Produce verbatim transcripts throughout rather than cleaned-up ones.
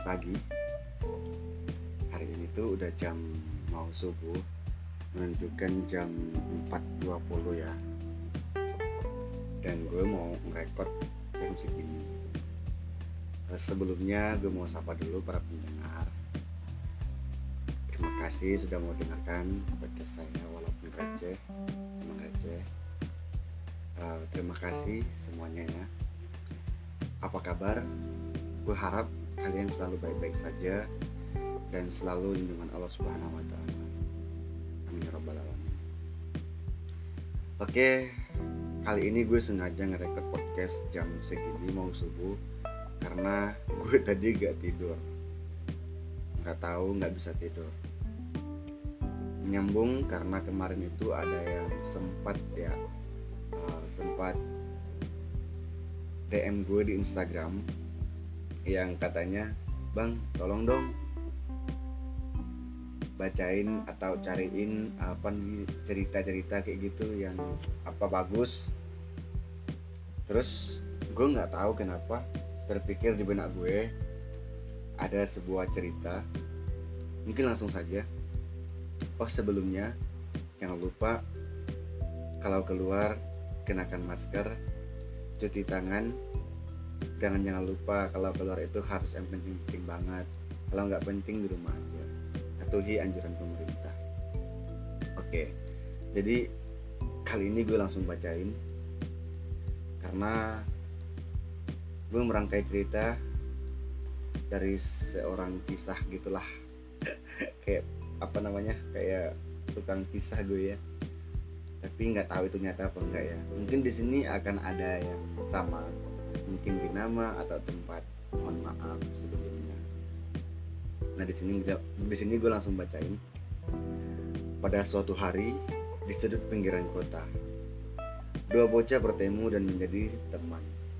pagi. Hari ini tuh udah jam mau subuh, menunjukkan jam empat dua puluh ya. Dan gue mau ngerekord jam segini. Sebelumnya gue mau sapa dulu para pendengar. Terima kasih sudah mau dengarkan podcast saya walaupun receh, emang receh. Uh, terima kasih semuanya ya. Apa kabar? Gue harap kalian selalu baik-baik saja dan selalu lindungan Allah Subhanahu wa taala. Amin ya rabbal alamin. Oke, kali ini gue sengaja ngerekord podcast jam segini mau subuh karena gue tadi gak tidur. Gak tahu, gak bisa tidur. Menyambung karena kemarin itu ada yang sempat ya uh, sempat D M gue di Instagram yang katanya, "Bang, tolong dong bacain atau cariin apa nih cerita-cerita kayak gitu yang apa bagus." Terus gue nggak tahu kenapa terpikir di benak gue ada sebuah cerita. Mungkin langsung saja. Oh sebelumnya jangan lupa kalau keluar kenakan masker, cuci tangan. Jangan jangan lupa kalau keluar itu harus yang penting-penting banget. Kalau nggak penting di rumah aja. Patuhi anjuran pemerintah. Oke, jadi kali ini gue langsung bacain karena gue merangkai cerita dari seorang kisah gitulah. Kayak apa namanya, kayak tukang kisah gue ya. Tapi nggak tahu itu nyata apa enggak ya. Mungkin di sini akan ada yang sama, mungkin di nama atau tempat. Mohon maaf sebelumnya. Nah di sini di sini gue langsung bacain. Pada suatu hari di sudut pinggiran kota, dua bocah bertemu dan menjadi teman.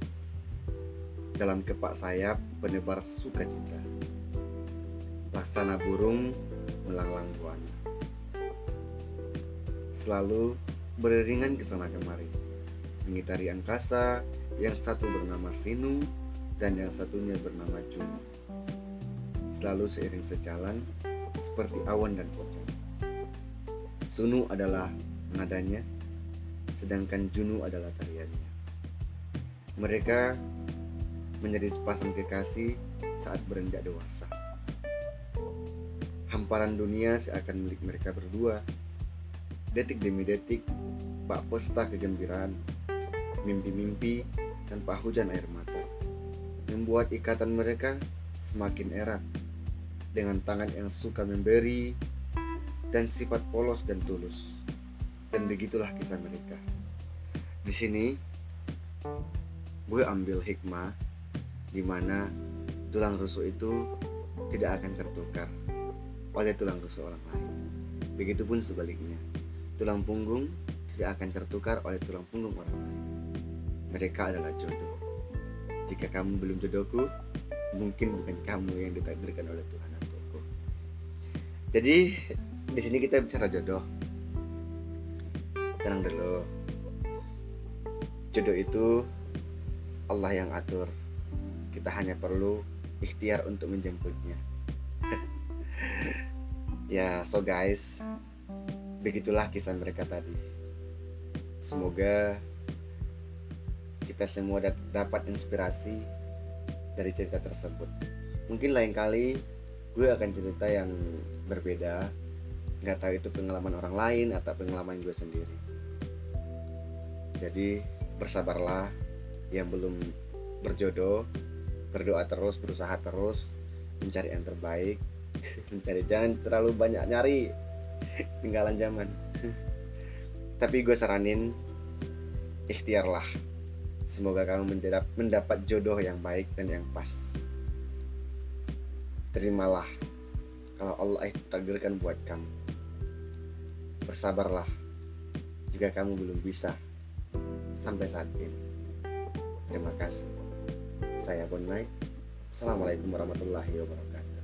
Dalam kepak sayap penebar sukacita, laksana burung melanglang buana, selalu beriringan kesana kemari, mengitari angkasa. Yang satu bernama Sinu dan yang satunya bernama Junu, selalu seiring sejalan seperti awan dan hujan. Sunu adalah nadanya, sedangkan Junu adalah tariannya. Mereka menjadi sepasang kekasih saat beranjak dewasa. Hamparan dunia seakan milik mereka berdua. Detik demi detik, bak pesta kegembiraan, mimpi-mimpi tanpa hujan air mata, membuat ikatan mereka semakin erat dengan tangan yang suka memberi dan sifat polos dan tulus. Dan begitulah kisah mereka. Di sini gue ambil hikmah di mana tulang rusuk itu tidak akan tertukar oleh tulang rusuk orang lain. Begitupun sebaliknya, tulang punggung tidak akan tertukar oleh tulang punggung orang lain. Mereka adalah jodoh. Jika kamu belum jodohku, mungkin bukan kamu yang ditakdirkan oleh Tuhan untukku. Jadi di sini kita bicara jodoh. Tenang dulu. Jodoh itu Allah yang atur. Kita hanya perlu ikhtiar untuk menjemputnya. Ya, so guys, begitulah kisah mereka tadi. Semoga kita semua dapat inspirasi dari cerita tersebut. Mungkin lain kali gue akan cerita yang berbeda. Gak tahu itu pengalaman orang lain atau pengalaman gue sendiri. Jadi bersabarlah. Yang belum berjodoh, berdoa terus, berusaha terus, mencari yang terbaik. Mencari, jangan terlalu banyak nyari, tinggalan zaman. Tapi gue saranin, ikhtiarlah. Semoga kamu mendapat jodoh yang baik dan yang pas. Terimalah kalau Allah itu takdirkan buat kamu. Bersabarlah jika kamu belum bisa sampai saat ini. Terima kasih. Saya Bon Mike. Assalamualaikum warahmatullahi wabarakatuh.